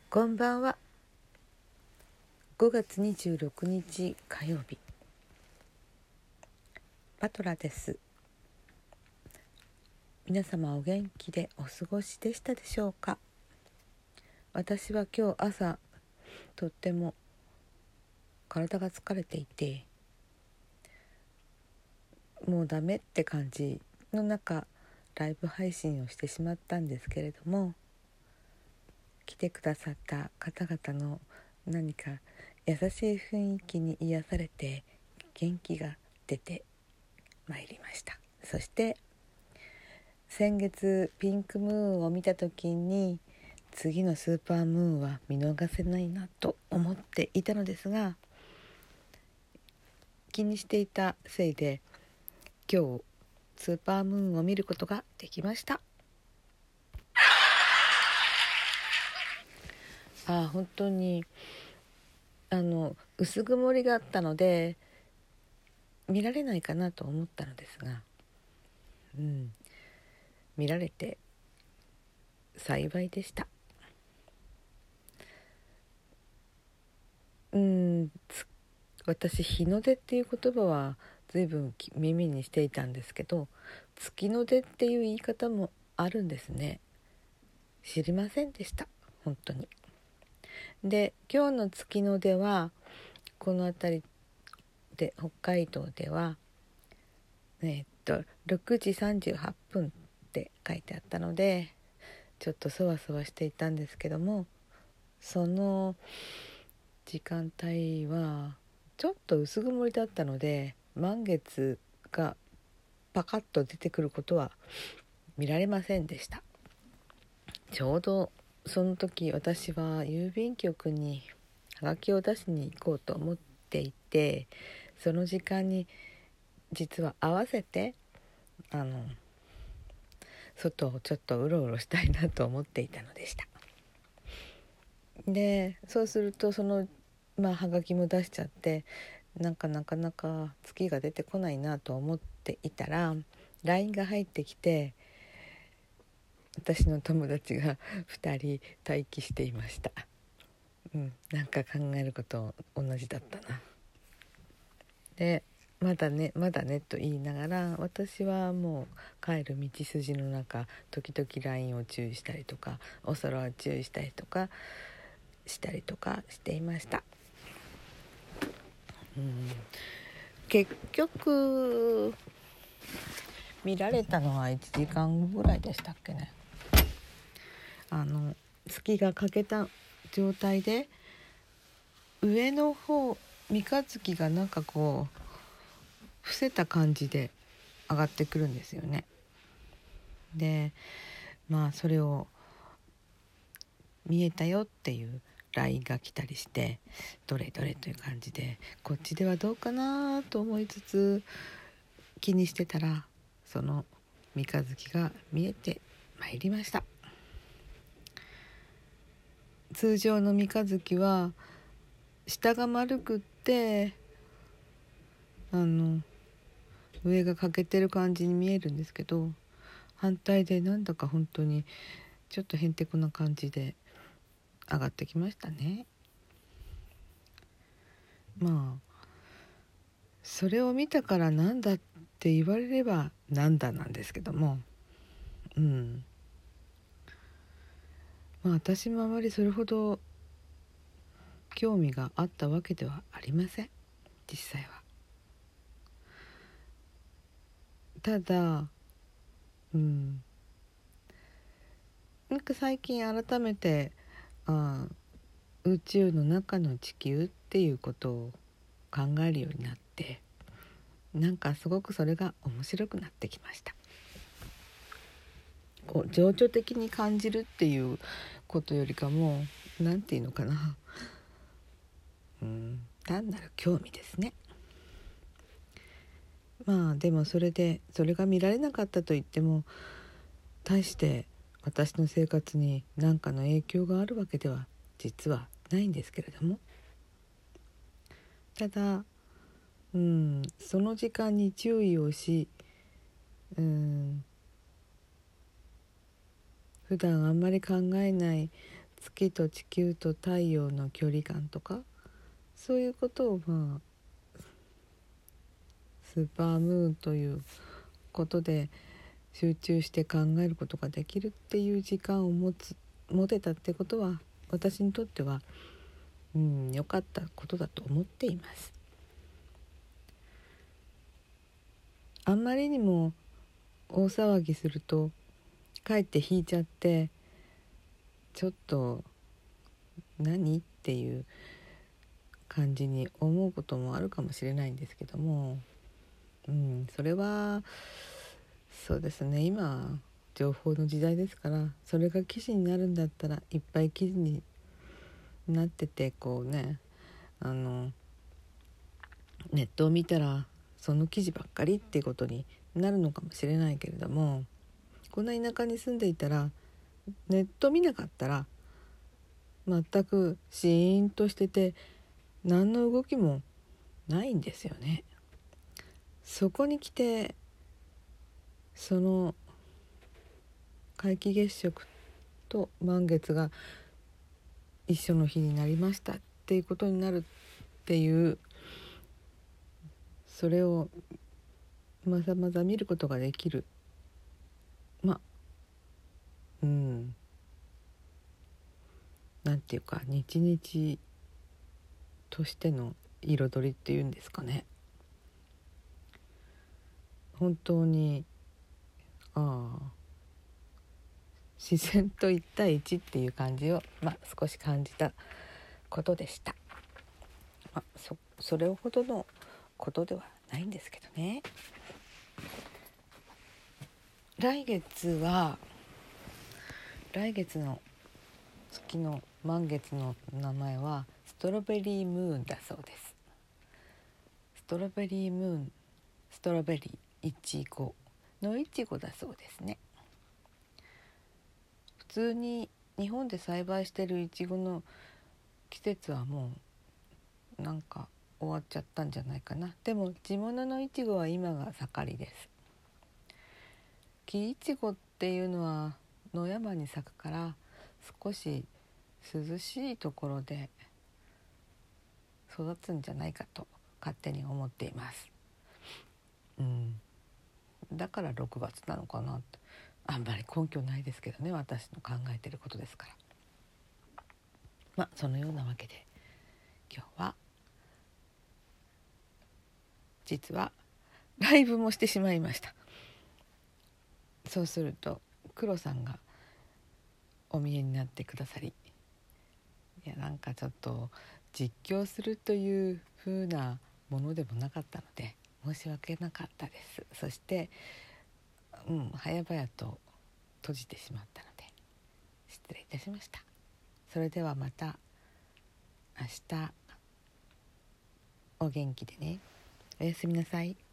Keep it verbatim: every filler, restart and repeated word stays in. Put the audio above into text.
こんばんは。ごがつにじゅうろくにち火曜日、パトラです。皆様お元気でお過ごしでしたでしょうか。私は今日朝とっても体が疲れていて、もうダメって感じの中ライブ配信をしてしまったんですけれども、来てくださった方々の何か優しい雰囲気に癒されて元気が出てまいりました。そして先月ピンクムーンを見た時に、次のスーパームーンは見逃せないなと思っていたのですが、気にしていたせいで今日スーパームーンを見ることができました。あ本当にあの薄曇りがあったので見られないかなと思ったのですが、うん、見られて幸いでした。うん私日の出っていう言葉は随分耳にしていたんですけど、月の出っていう言い方もあるんですね。知りませんでした本当に。で今日の月の出はこの辺りで北海道ではえー、っとろくじさんじゅうはっぷんって書いてあったので、ちょっとそわそわしていたんですけども、その時間帯はちょっと薄曇りだったので満月がパカッと出てくることは見られませんでした。ちょうどその時私は郵便局にはがきを出しに行こうと思っていて、その時間に実は合わせてあの外をちょっとうろうろしたいなと思っていたのでした。でそうするとそのまあはがきも出しちゃって、なんかなかなか月が出てこないなと思っていたら ライン が入ってきて、私の友達がふたり待機していました。うん、なんか考えること同じだったな。でまだねまだねと言いながら、私はもう帰る道筋の中時々 ライン を注意したりとかお空を注意したりとかしたりとかしていました。うん、結局見られたのはいちじかんぐらいでしたっけね。あの月が欠けた状態で上の方三日月がなんかこう伏せた感じで上がってくるんですよね。でまあそれを見えたよっていう ライン が来たりして、どれどれという感じでこっちではどうかなと思いつつ気にしてたら、その三日月が見えてまいりました。通常の三日月は下が丸くってあの上が欠けてる感じに見えるんですけど、反対でなんだか本当にちょっとへんてこな感じで上がってきましたね。まあそれを見たからなんだって言われればなんだなんですけども、うんまあ私もあまりそれほど興味があったわけではありません実際は。ただうんなんか最近改めてあ宇宙の中の地球っていうことを考えるようになって、なんかすごくそれが面白くなってきました。こう情緒的に感じるっていうことよりかも、なんていうのかな、うん単なる興味ですね。まあでもそれでそれが見られなかったといっても大して私の生活に何かの影響があるわけでは実はないんですけれども、ただうんその時間に注意をし、うん普段あんまり考えない月と地球と太陽の距離感とか、そういうことをまあスーパームーンということで集中して考えることができるっていう時間を持つ持てたってことは、私にとってはうん良かったことだと思っています。あんまりにも大騒ぎするとかえって引いちゃって、ちょっと何っていう感じに思うこともあるかもしれないんですけども、うん、それはそうですね、今情報の時代ですから、それが記事になるんだったらいっぱい記事になってて、こうね、あのネットを見たらその記事ばっかりっていうことになるのかもしれないけれども、こんな田舎に住んでいたらネット見なかったら全くシーンとしてて何の動きもないんですよね。そこに来てその皆既月食と満月が一緒の日になりましたっていうことになるっていう、それをまざまざ見ることができる、まあうんなんていうか日々としての彩りっていうんですかね。本当にああ自然と一対一っていう感じを、まあ、少し感じたことでした。まあ、そ, それほどのことではないんですけどね。来月は来月の月の満月の名前はストロベリームーンだそうです。ストロベリームーン、ストロベリーいちごのいちごだそうですね。普通に日本で栽培してるいちごの季節はもうなんか終わっちゃったんじゃないかな。でも地物のいちごは今が盛りです。木いちごっていうのは野山に咲くから少し涼しいところで育つんじゃないかと勝手に思っています。うん、だからろくがつなのかなって、あんまり根拠ないですけどね、私の考えてることですから。まあそのようなわけで今日は実はライブもしてしまいました。そうすると黒さんがお見えになってくださり、いやなんかちょっと実況するという風なものでもなかったので申し訳なかったです。そして、うん、早々と閉じてしまったので失礼いたしました。それではまた明日お元気でね。おやすみなさい。